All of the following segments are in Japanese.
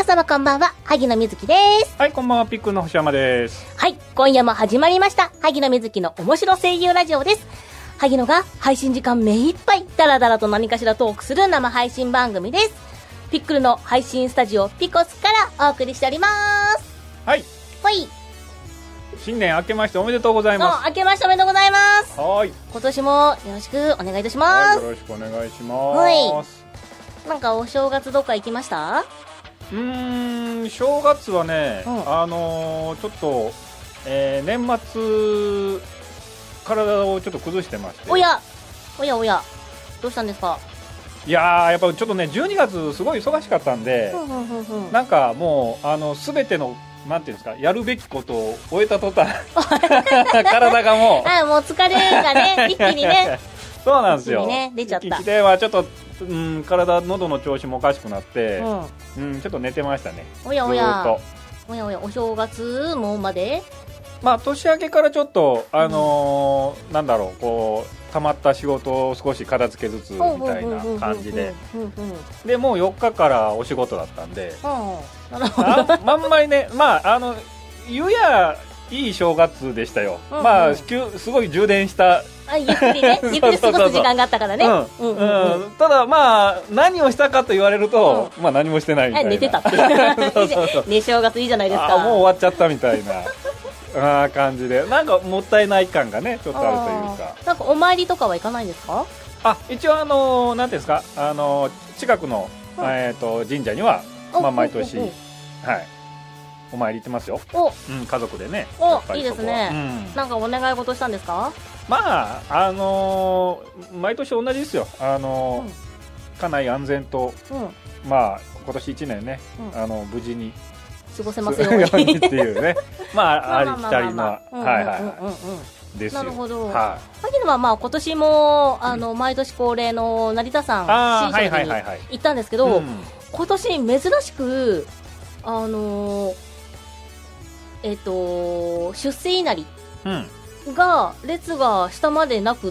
様こんばんは、萩野瑞希です。 はい、こんばんは、ピックの星山です。 はい、今夜も始まりました萩野瑞希の面白声優ラジオです。萩野が配信時間目いっぱいダラダラと何かしらトークする生配信番組です。ピックルの配信スタジオピコスからお送りしております。 はい。 はい。 新年明けましておめでとうございます。 明けましておめでとうございます。 はい。 今年もよろしくお願いいたします。 はい、よろしくお願いします。 はい。なんかお正月どっか行きました？ 正月はね、ちょっと、年末体をちょっと崩してまして。 おやどうしたんですか？ いやー、やっぱちょっとね、12月すごい忙しかったんで、なんかもう全てのなんていうんですか、やるべきことを終えた途端体がもうもう疲れがね一気にねそうなんですよ、 ね、出ちゃった。 一気ではちょっと、体喉の調子もおかしくなって、ちょっと寝てましたね。 おやお正月もまで、 まあ年明けからちょっとなんだろう、こう溜まった仕事を少し片付けつつみたいな感じで、でもう4日からお仕事だったんで、あんまりね、言うやいい正月でしたよ。まあすごい充電したゆっくりね、ゆっくり過ごす時間があったからね。 ただまあ何をしたかと言われると、まあ何もしてないみたいな。 寝てたってね、正月いいじゃないですか。 もう終わっちゃったみたいな感じで、なんかもったいない感がねちょっとあるというか。 なんかお参りとかは行かないんですか？ 一応なんていうんですか、近くの神社には毎年はいお参り行ってますよ。家族でね。 いいですね。なんかお願い事したんですか？ まあ毎年同じですよ。家内安全と、まあ今年1年ね、無事に過ごせますようにっていうね、ありきたりなですよ。 なるほど。萩野はまあ今年も毎年恒例の成田山新勝寺に行ったんですけど、今年珍しく出世稲荷が列が下までなくって、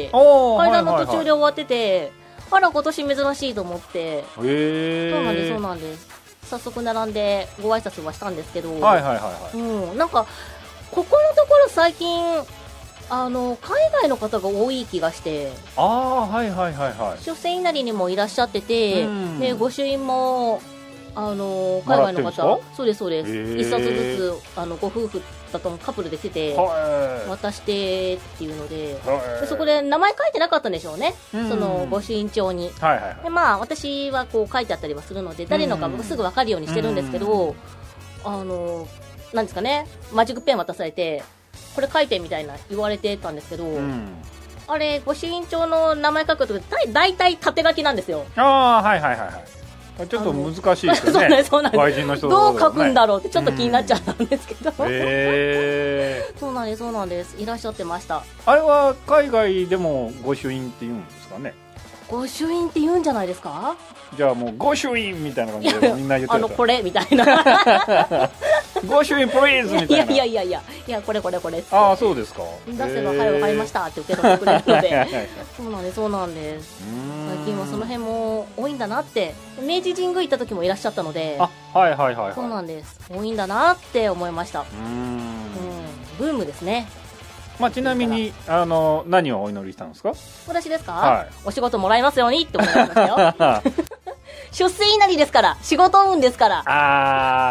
階段の途中で終わってて、あら今年珍しいと思って、そうなんです。早速並んでご挨拶はしたんですけど、なんかここのところ最近海外の方が多い気がして、出世稲荷にもいらっしゃってて、で御朱印も海外の方、そうです一冊ずつご夫婦だとカップルで来て渡してっていうので、そこで名前書いてなかったんでしょうね、その御朱印帳に。でまあ私はこう書いてあったりはするので、誰のか僕すぐ分かるようにしてるんですけど、なんですかね、マジックペン渡されてこれ書いてみたいな言われてたんですけど、あれ御朱印帳の名前書くと大体縦書きなんですよ。 ちょっと難しいですよね。外人の人どう書くんだろうってちょっと気になっちゃったんですけど、そうなんです。いらっしゃってました。 あれは海外でも御朱印って言うんですかね？ 御朱印って言うんじゃないですか？ じゃあもう御朱印みたいな感じでみんな言ってるこれみたいな御朱印プリーズみたいな。 いやこれそうですか。 出せばはいわかりましたって受け取ってくれるのでそうなんです。最近はその辺も多いんだなって、明治神宮行った時もいらっしゃったので、そうなんです、多いんだなって思いました。ブームですね。 ちなみに何をお祈りしたんですか？ 私ですか？お仕事もらいますようにって思いましたよ出世稲荷ですから、仕事運ですから。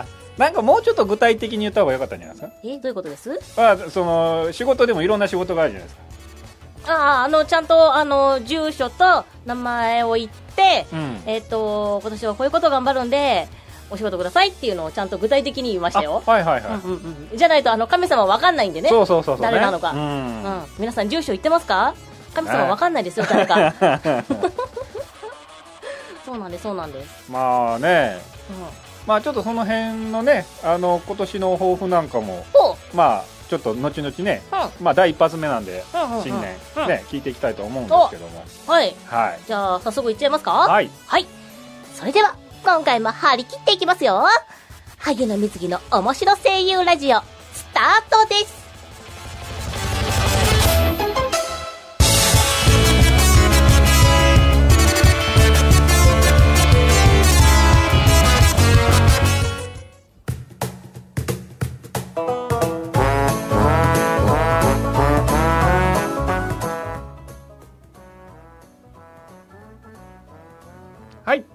なんかもうちょっと具体的に言った方が良かったんじゃないですか？ どういうことです？ その仕事でもいろんな仕事があるじゃないですか。 ちゃんと住所と名前を言って、今年はこういうこと頑張るんでお仕事くださいっていうのをちゃんと具体的に言いましたよ。じゃないと神様わかんないんでね。誰なのか。皆さん住所言ってますか？神様わかんないですよ、誰かそうなんです。 まあね、ちょっとその辺のね、今年の抱負なんかもちょっと後々ね、第一発目なんで新年ね聞いていきたいと思うんですけども、 じゃあ早速いっちゃいますか？それでは今回も張り切っていきますよ。萩野瑞希の面白声優ラジオスタートです。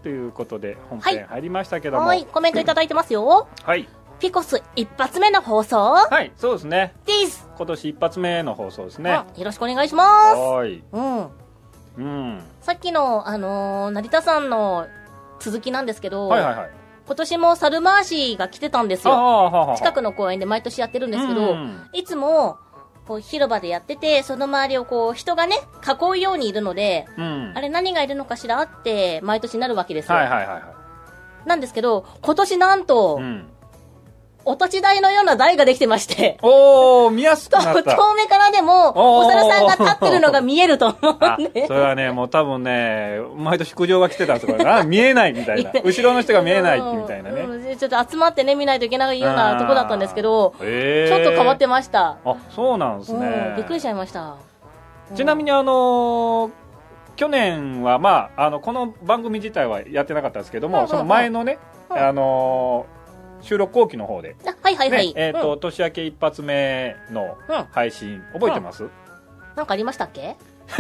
いうことで本編入りましたけども、 はい、コメントいただいてますよ。 はい。 ピコス一発目の放送。 はい、そうですね。 です。 今年一発目の放送ですね。 よろしくお願いします。 はい。 さっきの成田さんの続きなんですけど、 はいはいはい。 今年も猿回しが来てたんですよ。近くの公園で毎年やってるんですけど、いつもこう広場でやってて、その周りをこう人がね囲うようにいるので、あれ何がいるのかしらって毎年なるわけですよ。なんですけど、今年なんと、お立ち台のような台ができてまして。 見やすくなった。 遠目からでも、お猿さんが立ってるのが見えると思うんで。 それはね、もう多分ね、毎年苦情が来てたんですから見えないみたいな。後ろの人が見えないみたいなね。 ちょっと集まってね、見ないといけないようなとこだったんですけど、ちょっと変わってました。 そうなんですね。 びっくりしちゃいました。 ちなみに去年は、この番組自体はやってなかったですけども、その前のね、収録後期の方で、年明け一発目の配信、覚えてます？ なんかありましたっけ？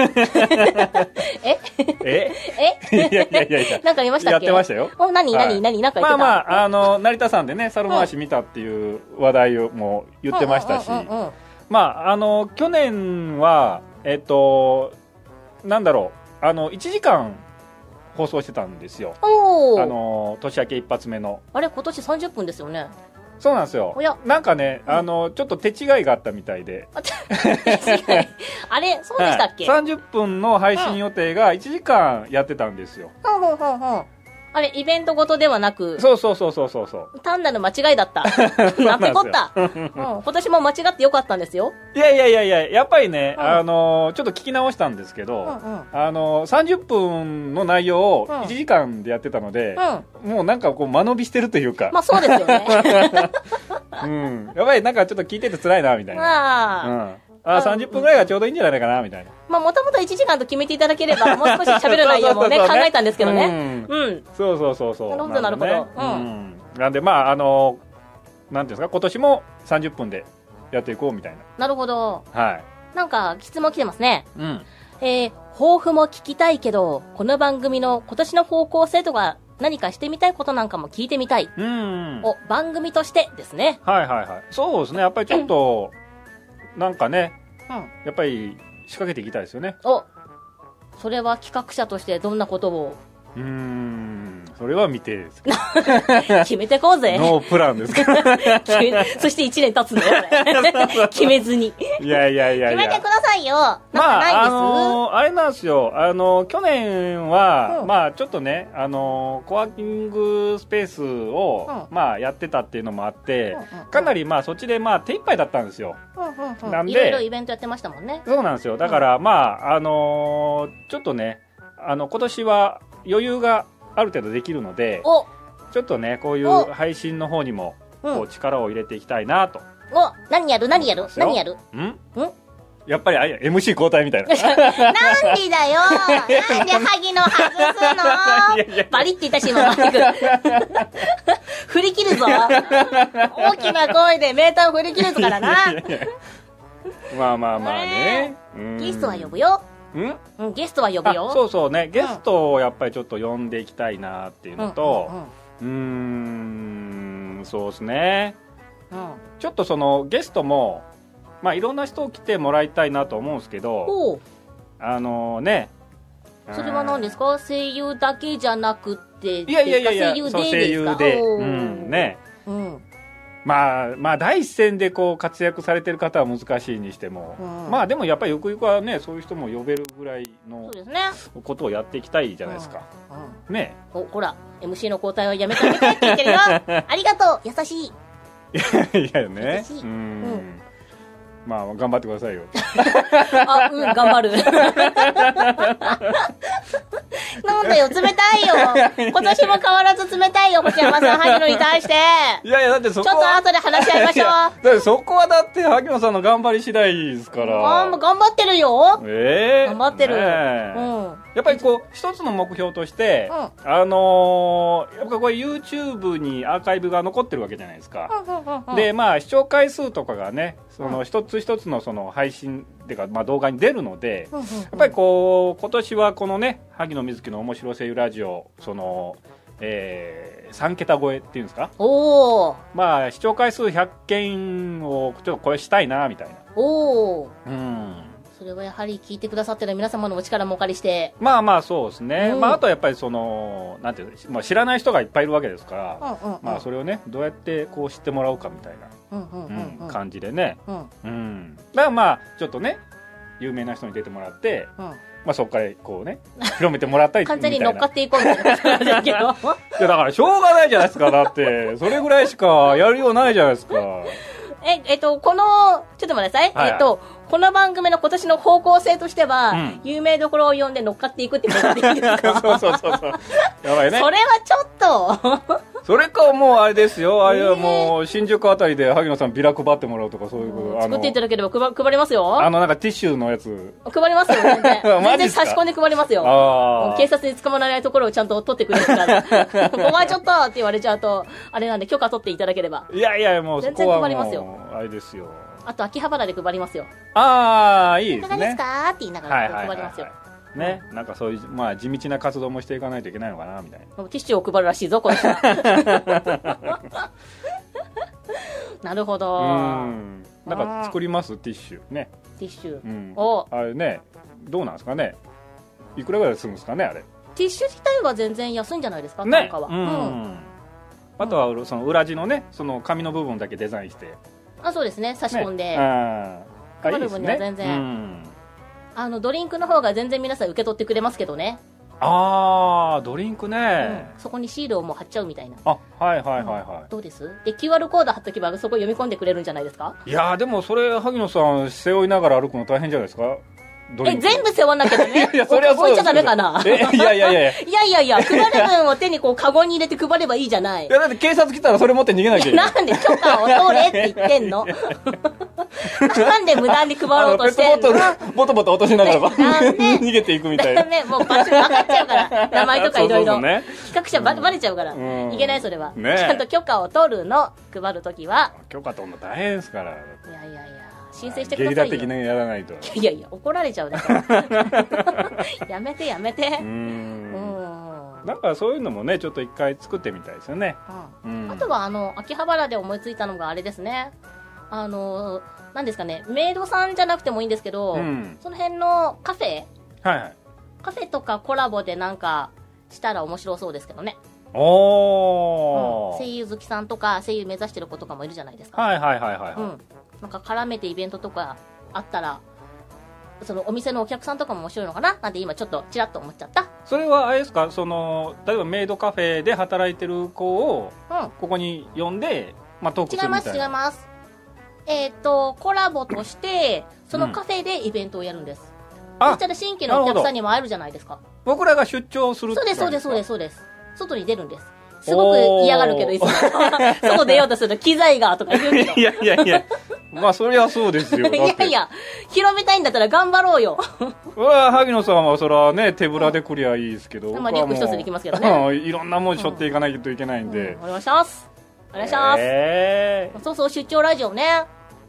いやなんかありましたっけ？ やってましたよ。 何なんか言ってた？ 成田さんでね、猿回し見たっていう話題をも言ってましたし、去年はなんだろう、1時間放送してたんですよ。年明け一発目の。 あれ、今年30分ですよね。 そうなんですよ。なんかね、ちょっと手違いがあったみたいで。 あれ、そうでしたっけ ？30分の配信予定が1時間やってたんですよ。 あれ、イベントごとではなく。 そう。 単なる間違いだった。なんてこった。今年も間違ってよかったんですよ。 いや、やっぱりね、ちょっと聞き直したんですけど、30分の内容を1時間でやってたので、もうなんかこう間延びしてるというか。 そうですよね。 やっぱりなんかちょっと聞いてて辛いな、みたいな。30分ぐらいがちょうどいいんじゃないかな、みたいな。 もともと1時間と決めていただければ、もう少し喋る内容もね、考えたんですけどね。 そう。 なるほど。 なんで、なんていうんですか、今年も30分でやっていこうみたいな。 なるほど。 はい。 なんか、質問来てますね。抱負も聞きたいけど、この番組の今年の方向性とか、何かしてみたいことなんかも聞いてみたい。番組としてですね。 そうですね。やっぱりちょっと、なんかね、やっぱり仕掛けていきたいですよね。 それは企画者としてどんなことを？ それは未定です。 決めてこうぜ。 ノープランですか？ そして1年経つんだよ、決めずに。 いや。 決めてくださいよ。なんかないです？ あれなんですよ。去年は、ちょっとね、コワーキングスペースを、やってたっていうのもあって、かなりそっちで手一杯だったんですよ。 なんで、いろいろイベントやってましたもんね。 そうなんですよ。だから、ちょっとね、今年は余裕がある程度できるので、ちょっとね、こういう配信の方にもこう力を入れていきたいなと。 何やるやっぱりMC 交代みたいな。 なんでだよ。なんで萩野外すの？バリって言ったし、今マイク。振り切るぞ。大きな声でメーターを振り切るぞからな。 ね。 ゲストは呼ぶよ。ゲストは呼ぶよ。 そうね。ゲストをやっぱりちょっと呼んでいきたいなっていうのと、そうですね。ちょっとそのゲストもいろんな人来てもらいたいなと思うんですけど、ね。 それは何ですか？声優だけじゃなくて、 いや声優でね。第一線でこう活躍されてる方は難しいにしても、でもやっぱりゆくゆくはね、そういう人も呼べるぐらいのことをやっていきたいじゃないですか。ね。 ほら MC の交代はやめてあげてって言ってるよ。ありがとう、優しい。 いやね。頑張ってくださいよ。 頑張る。なんだよ、冷たいよ。今年も変わらず冷たいよ、星山さん、萩野に対して。 いやだってそこはちょっと後で話し合いましょう。 だってそこはだって萩野さんの頑張り次第ですから。 頑張ってるよ。頑張ってる。 やっぱりこう一つの目標として、やっぱこれ YouTube にアーカイブが残ってるわけじゃないですか。で視聴回数とかがねその一つ一つのその配信っていうか、まあ、動画に出るので、やっぱりこう今年はこのね萩野瑞希の面白声優ラジオその、3桁超えっていうんですか、 おまあ視聴回数100件をちょっと超えしたいなみたいな。 おうん、 それはやはり聞いてくださってる皆様のお力もお借りして、 まあまあそうですね、まあ、あとはやっぱりそのなんていうの、まあ、知らない人がいっぱいいるわけですから、まあそれをねどうやってこう知ってもらうかみたいな感じでね、だからまあちょっとね有名な人に出てもらって、まあ、そこからこうね広めてもらったり完全に乗っかっていこうみたいな感じだけどいやだからしょうがないじゃないですか。だってそれぐらいしかやるようないじゃないですか。 このちょっと待ってください、はいはい、この番組の今年の方向性としては、有名どころを呼んで乗っかっていくってことでいいですか？そうやばいね。それはちょっとそれかもうあれですよ、あれはもう新宿あたりで萩野さんビラ配ってもらうとかそういうこと、 作っていただければ配りますよ。 なんかティッシュのやつ配りますよ。全然全然差し込んで配りますよ。警察に捕まらないところをちゃんと取ってくれるからここはちょっとって言われちゃうとあれなんで許可取っていただければ。 いやいやもうそこはもう全然配りますよ。 あれですよ。 あと秋葉原で配りますよ。 ああいいですね。いかがですかって言いながら配りますよ。 ね、なんかそういう、まあ、地道な活動もしていかないといけないのかなみたいな。 ティッシュを配るらしいぞこの人なるほど。 なんか作りますティッシュね。 ティッシュ、 あれねどうなんですかね、いくらぐらいするんですかね。あれティッシュ自体は全然安いんじゃないですか、 ね、単価は。あとはその裏地のねその紙の部分だけデザインして、 そうですね、差し込んで、 配る分には全然、ドリンクの方が全然皆さん受け取ってくれますけどね。 ドリンクね、 そこにシールをもう貼っちゃうみたいな。 はいどうですで QR コード貼っとけばそこ読み込んでくれるんじゃないですか。 いやでもそれ萩野さん背負いながら歩くの大変じゃないですか。 全部背負わなきゃダメ。 いやそれはそうです。 置いちゃダメかな。 いや配る分を手にこうカゴに入れて配ればいいじゃない。 いやだって警察来たらそれ持って逃げなきゃいけない。 なんで許可を通れって言ってんのなんで無駄に配ろうとしてんの。 ボトボト落としながら逃げていくみたいな。 もう場所分かっちゃうから名前とかいろいろ企画者バレちゃうからいけない。それはちゃんと許可を取るの。配るときは許可取るの大変ですから。 いや申請してくださいよ。 ゲリラ的にやらないと。 いや怒られちゃうねやめてだからそういうのもねちょっと一回作ってみたいですよね。 あとは秋葉原で思いついたのがあれですね、何ですかね、メイドさんじゃなくてもいいんですけど、その辺のカフェ、カフェとかコラボでなんかしたら面白そうですけどね。声優好きさんとか声優目指してる子とかもいるじゃないですか。なんか絡めてイベントとかあったらそのお店のお客さんとかも面白いのかななんて今ちょっとちらっと思っちゃった。 それはあれですか、その例えばメイドカフェで働いてる子をここに呼んで、トークするみたいな。 違います。コラボとしてそのカフェでイベントをやるんです。そしたら新規のお客さんにも会えるじゃないですか。 僕らが出張するってそうです。外に出るんです。すごく嫌がるけどいつも外出ようとすると機材がとか言うけどいやまあそりゃそうですよ。 いや広めたいんだったら頑張ろうよ萩野さんはそれはね手ぶらで来りゃいいですけど、 リュック一つで行きますけどねいろんなもん背負っていかないといけないんで、 お願いします。そう出張ラジオね。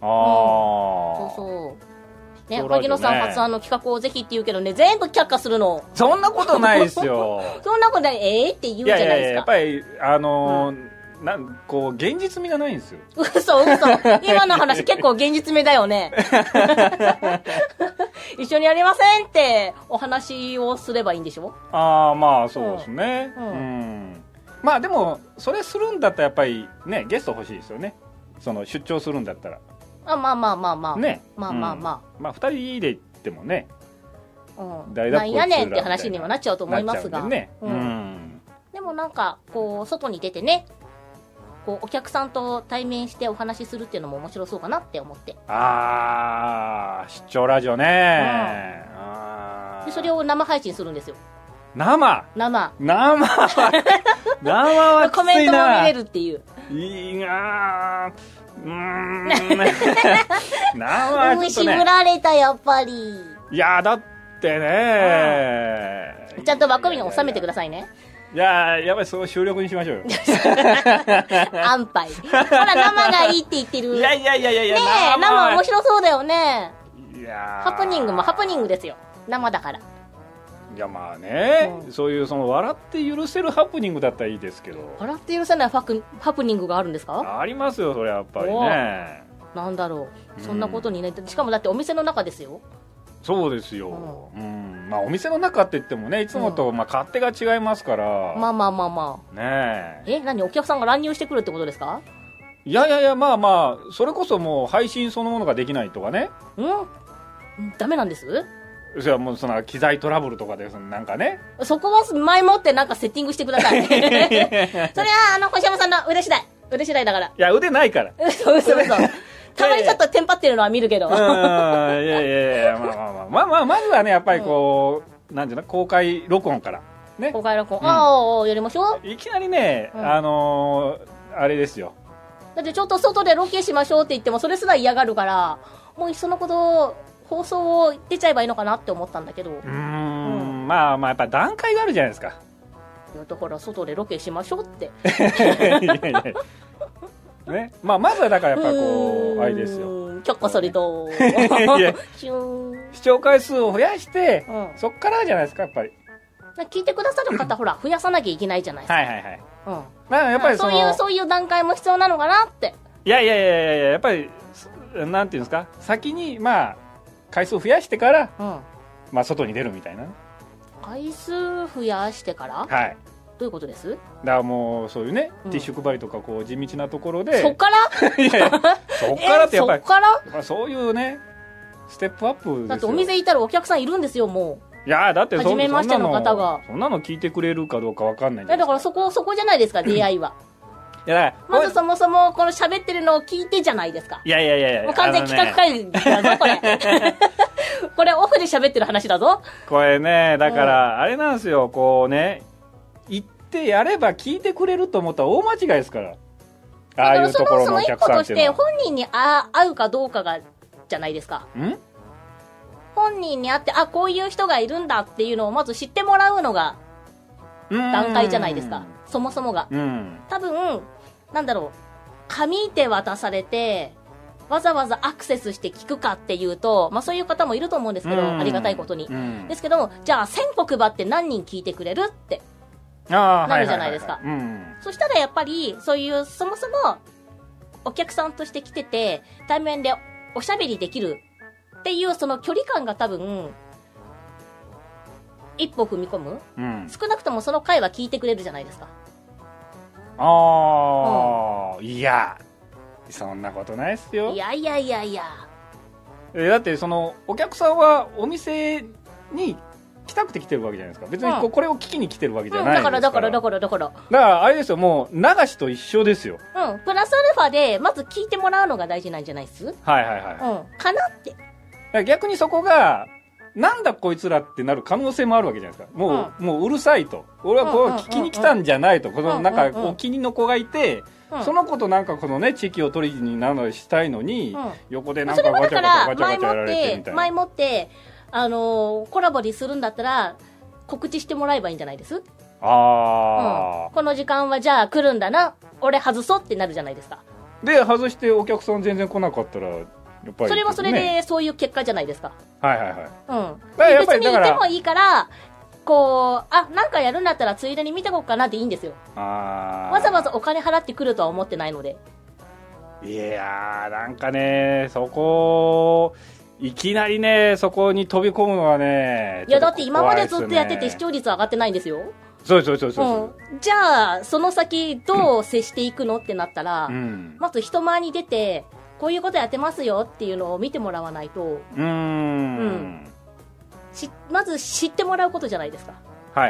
ね、萩野さん発案の企画をぜひって言うけどね、全部却下するの。 そんなことないですよそんなことない。って言うじゃないですか。 やっぱりこう現実味がないんですよ。 嘘今の話結構現実味だよね一緒にやりませんってお話をすればいいんでしょ。 まあそうですね。まあでもそれするんだったらやっぱりねゲスト欲しいですよね。その出張するんだったらまあね、2人で行ってもね、 なんやねんって話にはなっちゃうと思いますが、でもなんかこう外に出てね、こうお客さんと対面してお話しするっていうのも面白そうかなって思って。 出張ラジオね、 でそれを生配信するんですよ。生はコメントも見れるっていう。 いいな渋られたやっぱり。 いやだってね、 ちゃんと枠に収めてくださいね。 いややっぱりそう収録にしましょうよ。 安牌。ほら生がいいって言ってる。 いやねえ生面白そうだよね。 いやハプニングもハプニングですよ、生だから。 いやまあね、そういうその笑って許せるハプニングだったらいいですけど。 笑って許せないハプニングがあるんですか？ ありますよそれやっぱりね。 なんだろう、そんなことにね、しかもだってお店の中ですよ。 そうですよ、まあお店の中って言ってもねいつもとまあ勝手が違いますから、 まあねえ。 何お客さんが乱入してくるってことですか？ いやまあそれこそもう配信そのものができないとかね。 ダメなんです？ それはもうその機材トラブルとかでなんかね、そこは前もってなんかセッティングしてください。それは星山さんの腕次第だから。いや腕ないから。 嘘たまにちょっとテンパってるのは見るけど。 いやまずはねやっぱりこう、なんていうの、公開録音からね。 公開録音、やりましょう。 いきなりね、あれですよ。 だってちょっと外でロケしましょうって言ってもそれすら嫌がるから、もういっそのこと放送を出ちゃえばいいのかなって思ったんだけど。 まあやっぱ段階があるじゃないですか。 だから外でロケしましょうって。 いやね、まずはだからやっぱこうあれですよ、 ちょっこそりと視聴回数を増やして、そっからじゃないですかやっぱり。 聞いてくださる方ほら増やさなきゃいけないじゃないですか。 やっぱりそういう段階も必要なのかなって。 いややっぱりなんていうんですか、先に回数増やしてから、外に出るみたいな。 回数増やしてから、どういうことです？ だからもうそういうね、ティッシュ配りとかこう地道なところで、 そっからいやそっからってやっぱりそういうねステップアップですよ。 だってお店いたらお客さんいるんですよもう。 いやだって初めましての方がそんなの聞いてくれるかどうかわかんないじゃないですか。 だからそこじゃないですか、出会いは。 いやまずそもそもこの喋ってるのを聞いてじゃないですか。 いやもう完全企画会議だぞこれ。これオフで喋ってる話だぞこれね。だからあれなんですよ、こうね言ってやれば聞いてくれると思ったら大間違いですから。ああいうところのお客さんっていうのは。その一個として本人に会うかどうかがじゃないですか。本人に会ってこういう人がいるんだっていうのをまず知ってもらうのが段階じゃないですか、そもそもが。多分なんだろう、紙で渡されてわざわざアクセスして聞くかっていうと、そういう方もいると思うんですけど、ありがたいことに。ですけどじゃあ1000個配って何人聞いてくれるってなるじゃないですか。そしたらやっぱりそういうそもそもお客さんとして来てて対面でおしゃべりできるっていうその距離感が多分一歩踏み込む、少なくともその回は聞いてくれるじゃないですか。 いやそんなことないっすよ。 いやだってそのお客さんはお店に来たくて来てるわけじゃないですか。別にこれを聞きに来てるわけじゃないですから。だからあれですよ、もう流しと一緒ですよ。 プラスアルファでまず聞いてもらうのが大事なんじゃないっす？かなって。 逆にそこがなんだこいつらってなる可能性もあるわけじゃないですか。もううるさいと、俺はこう聞きに来たんじゃないと、このなんかお気にの子がいて、その子となんかこのね地域を取りになるのしたいのに、横でなんかガチャガチャやられてみたいな。 前もってコラボにするんだったら告知してもらえばいいんじゃないです？この時間はじゃあ来るんだな、俺外そうってなるじゃないですか。 で外してお客さん全然来なかったらやっぱり、 それはそれでそういう結果じゃないですか。 別にいてもいいからこうなんかやるんだったらついでに見てこうかなっていいんですよ。わざわざお金払ってくるとは思ってないので。 いやなんかねそこいきなりねそこに飛び込むのはね、 いやだって今までずっとやってて視聴率上がってないんですよ。 そうじゃあその先どう接していくのってなったら、まず人前に出てこういうことやってますよっていうのを見てもらわないと、まず知ってもらうことじゃないですか。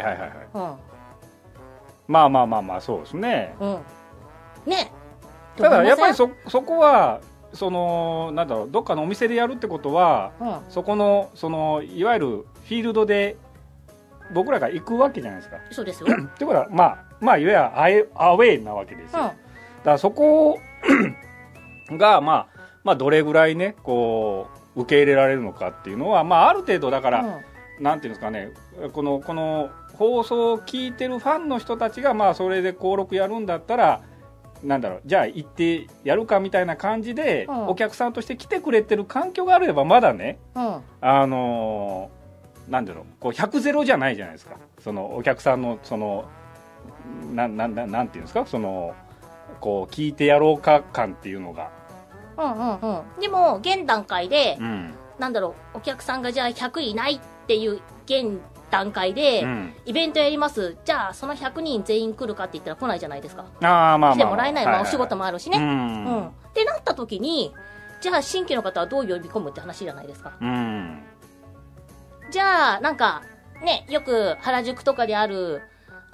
まあそうですね。 ね。 ただやっぱりそこはそのなんだろう、どっかのお店でやるってことは、そこのそのいわゆるフィールドで僕らが行くわけじゃないですか。 そうですよ。 ってことはまあいわゆるアウェイなわけですよ。だからそこがまあどれぐらいねこう受け入れられるのかっていうのは、ある程度だから、 なんていうんですかね、この放送を聞いてるファンの人たちがまあそれで登録やるんだったら、なんだろう、じゃあ行ってやるかみたいな感じで、お客さんとして来てくれてる環境があればまだね、なんだろう、こう100ゼロじゃないじゃないですか。そのお客さんのそのなんていうんですか、そのこう聞いてやろうか感っていうのが、 でも現段階で、なんだろう、お客さんがじゃあ100いないっていう現段階で、イベントやります、じゃあその100人全員来るかって言ったら来ないじゃないですか。来てもらえない、お仕事もあるしね。ってなった時に、じゃあ新規の方はどう呼び込むって話じゃないですか。じゃあなんかね、よく原宿とかである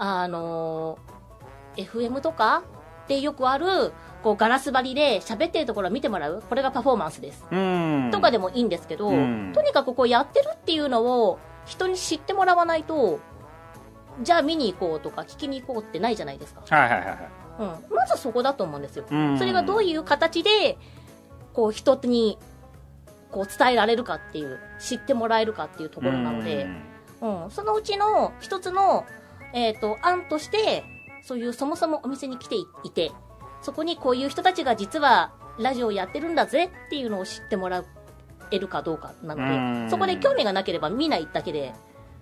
FM とかでよくあるこうガラス張りで喋ってるところを見てもらう、これがパフォーマンスですとかでもいいんですけど、とにかくこうやってるっていうのを人に知ってもらわないと、じゃあ見に行こうとか聞きに行こうってないじゃないですか。まずそこだと思うんですよ。それがどういう形でこう人にこう伝えられるかっていう、知ってもらえるかっていうところなので、そのうちの一つの、案として、そういうそもそもお店に来ていて、そこにこういう人たちが実はラジオやってるんだぜっていうのを知ってもらえるかどうかなので、そこで興味がなければ見ないだけで、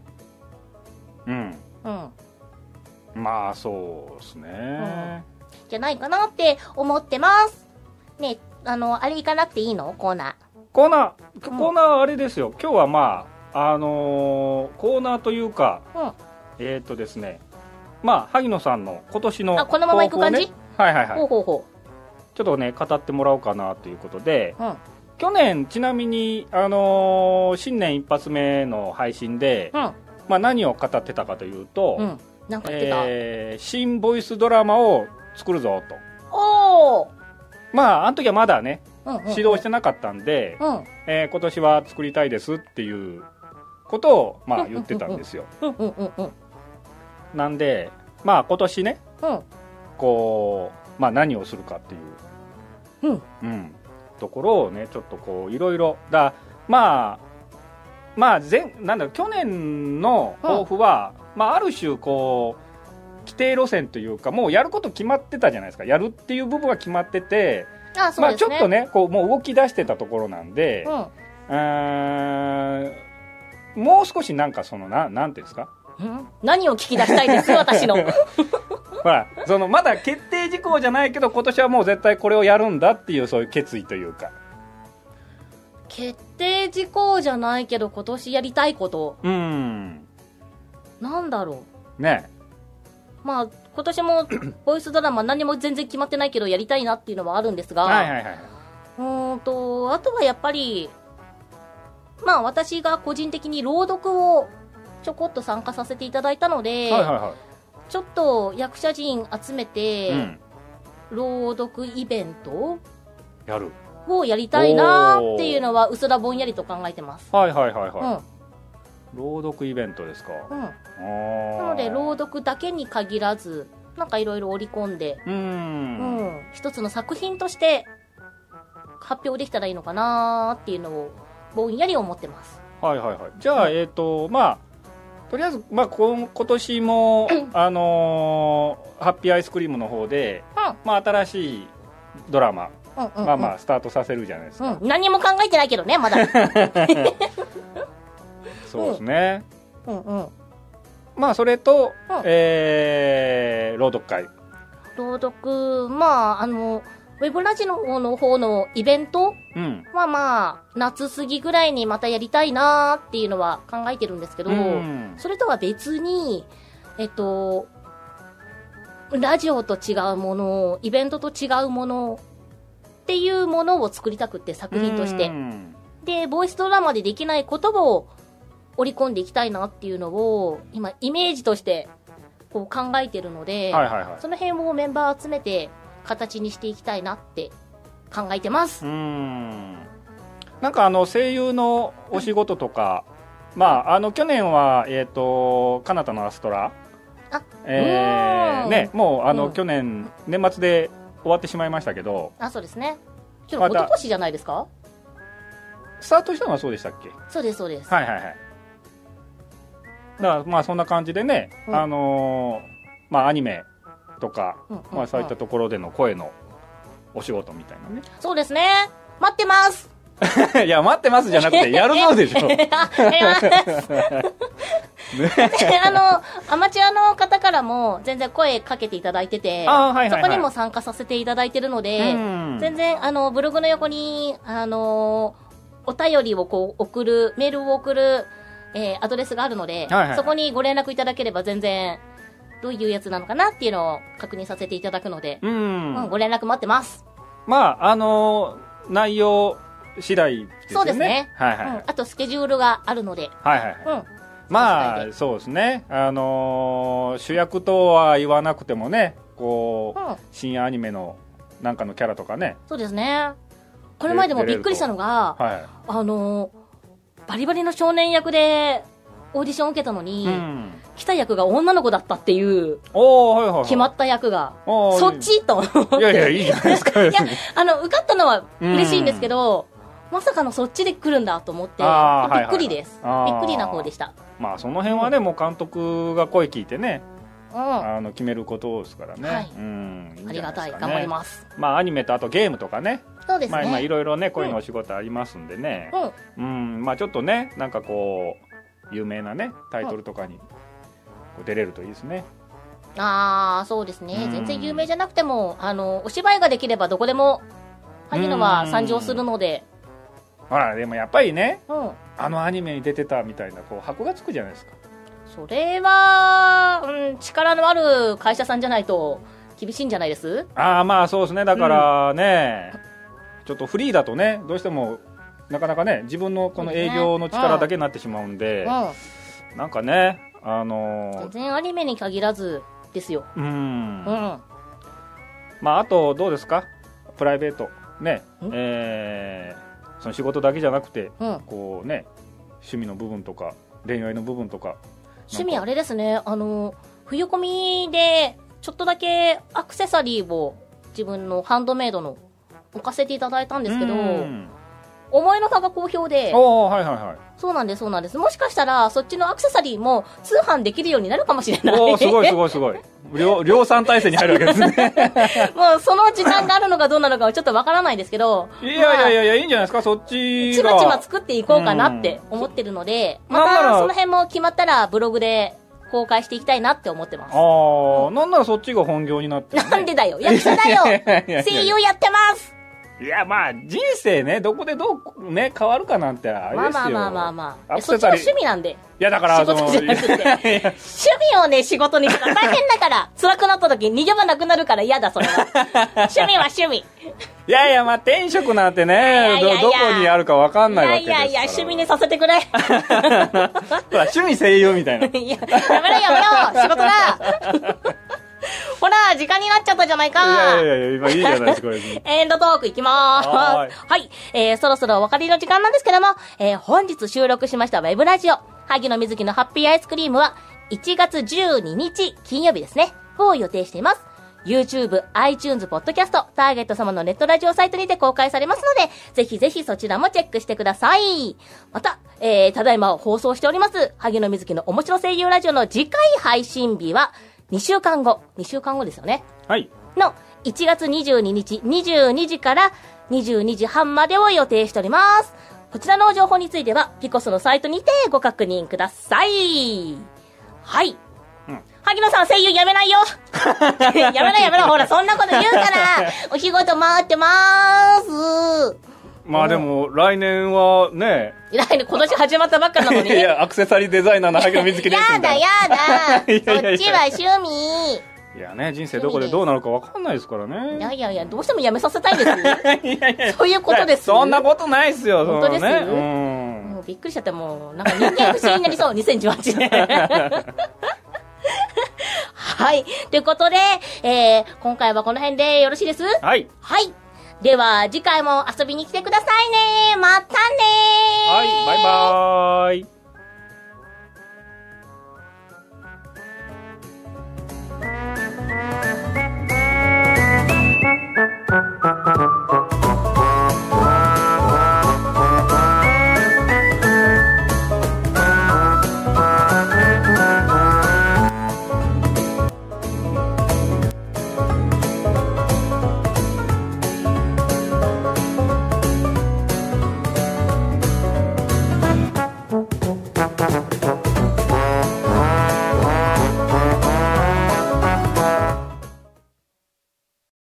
まあそうですね、 じゃないかなって思ってますね。あれ行かなくていいの？コーナーあれですよ。今日はまあコーナーというか、ですね、まあ萩野さんの今年のこのまま行く感じ？ ちょっとね語ってもらおうかなということで、去年ちなみに新年一発目の配信で、まあ何を語ってたかというと、新ボイスドラマを作るぞと。まああの時はまだね、指導してなかったんで、今年は作りたいですっていうことをまあ言ってたんですよ。なんでまあ今年ね、こうまあ何をするかっていう、ところをねちょっとこういろいろだ、まあなんだろう、去年の抱負は、まあある種こう規定路線というか、もうやること決まってたじゃないですか。やるっていう部分は決まってて、まあちょっとねこうもう動き出してたところなんで、もう少しなんかそのなんていうんですか、 何を聞き出したいです私のそのまだ決定事項じゃないけど、今年はもう絶対これをやるんだっていう、そういう決意というか、 決定事項じゃないけど今年やりたいこと、なんだろうね。 まあ今年もボイスドラマ何も全然決まってないけどやりたいなっていうのはあるんですが、あとはやっぱりまあ私が個人的に朗読をちょこっと参加させていただいたので、ちょっと役者陣集めて、朗読イベントをやりたいなっていうのはうすらぼんやりと考えてます。 朗読イベントですか。 なので朗読だけに限らず、なんかいろいろ織り込んで、一つの作品として発表できたらいいのかなっていうのをぼんやり思ってます。 じゃあ、まあとりあえず、まあ、今年も、ハッピーアイスクリームの方で、まあ、新しいドラマ、まあスタートさせるじゃないですか。 何も考えてないけどねまだそうですね。まあそれと、朗読会、 まあウェブラジオの方のイベントはまあ夏過ぎぐらいにまたやりたいなーっていうのは考えてるんですけど、それとは別にラジオと違うもの、イベントと違うものっていうものを作りたくって、作品としてでボイスドラマでできないことを織り込んでいきたいなっていうのを今イメージとしてこう考えてるので、その辺をメンバー集めて形にしていきたいなって考えてます。 なんか声優のお仕事とか、まあ去年はカナタのアストラ、ね、もう去年年末で終わってしまいましたけど、 そうですね。一昨年じゃないですか。 スタートしたのはそうでしたっけ。 そうです。 だからまあそんな感じでね、まあアニメとか、まあそういったところでの声のお仕事みたいなね。 そうですね。待ってます。 いや、待ってますじゃなくて、やるぞでしょ。 アマチュアの方からも全然声かけていただいてて、そこにも参加させていただいてるので、全然、ブログの横に、お便りをこう送る、メールを送る、アドレスがあるので、そこにご連絡いただければ全然、どういうやつなのかなっていうのを確認させていただくので、ご連絡待ってます。 まあ、内容次第ですよね。 そうですね。あとスケジュールがあるので。 まあ、そうですね。主役とは言わなくてもね、こう、深夜アニメのなんかのキャラとかね。 そうですね。これ前でもびっくりしたのが、バリバリの少年役でオーディションを受けたのに、来た役が女の子だったっていう、決まった役が、そっちと。 いやいや、いいじゃないですか。いや、 受かったのは嬉しいんですけど、まさかのそっちで来るんだと思って、びっくりです。びっくりな方でした。 まあ、その辺はね、もう監督が声聞いてね、決めることですからね。 ありがたい。頑張ります。 まあ、アニメとあとゲームとかね。 そうですね。 まあ、今いろいろね、声のお仕事ありますんでね。まあ、ちょっとね、なんかこう、有名なね、タイトルとかに出れるといいですね。 そうですね。全然有名じゃなくても、お芝居ができればどこでも、萩野は参上するので。 でもやっぱりね、アニメに出てたみたいな、こう、箔がつくじゃないですか。 それは、力のある会社さんじゃないと、厳しいんじゃないです？ まあそうですね。だからね、ちょっとフリーだとね、どうしても、なかなかね、自分のこの営業の力だけになってしまうんで、なんかね、 全然アニメに限らずですよ。 まあ、あと、どうですか？プライベート。ね、その仕事だけじゃなくて、こうね、趣味の部分とか、恋愛の部分とか。 趣味あれですね、冬コミで、ちょっとだけアクセサリーを自分のハンドメイドの置かせていただいたんですけど、思いのほか好評で、そうなんです、そうなんです。もしかしたら、そっちのアクセサリーも通販できるようになるかもしれない。 すごいすごいすごい。量産体制に入るわけですね。 もうその時間があるのかどうなのかはちょっとわからないですけど。 いや、いいんじゃないですか、そっちが。 ちまちま作っていこうかなって思ってるので、またその辺も決まったらブログで公開していきたいなって思ってます。 なんならそっちが本業になってる、ね。 なんでだよ、役者だよ。声優やってます。 いや、まあ、人生ね、どこでどうね、変わるかなんてあれですよ。 まあ。そっちは趣味なんで。 いや、だから、 仕事じゃなくて。趣味をね、仕事にしたら大変だから、辛くなった時逃げ場なくなるから嫌だ、それは。趣味は趣味。 いや、まあ、転職なんてね、どこにあるかわかんないわけですから。 いや、趣味にさせてくれ。ほら、趣味声優みたいな。 いや、やめろ、仕事だ。ほら、時間になっちゃったじゃないか。 いや、今いいじゃないですか、これ。 エンドトークいきまーす。はい。そろそろお別れの時間なんですけども、本日収録しましたウェブラジオ、萩野瑞希のハッピーアイスクリームは、1月12日金曜日ですね、を予定しています。YouTube、iTunes、Podcast、ターゲット様のネットラジオサイトにて公開されますので、ぜひぜひそちらもチェックしてください。また、ただいま放送しております、萩野瑞希の面白声優ラジオの次回配信日は、2週間後ですよね。 はい。 の1月22日22時から22時半までを予定しております。こちらの情報についてはピコスのサイトにてご確認ください。はい。萩野さん声優やめないよ。やめろ。ほら、そんなこと言うから。お仕事待ってまーす。 まあでも、来年はね。 今年始まったばっかなのに。 いや、アクセサリーデザイナーの萩野瑞希です。 やだ。そっちは趣味。 いやね、人生どこでどうなるか分かんないですからね。 いや、どうしてもやめさせたいです。そういうことです。 そんなことないっすよ、 本当です。もうびっくりしちゃった、もう、なんか人間不信になりそう、2018年。はい。ということで、今回はこの辺でよろしいです？ はい。 では、次回も遊びに来てくださいね。またねー。 はい、バイバーイ。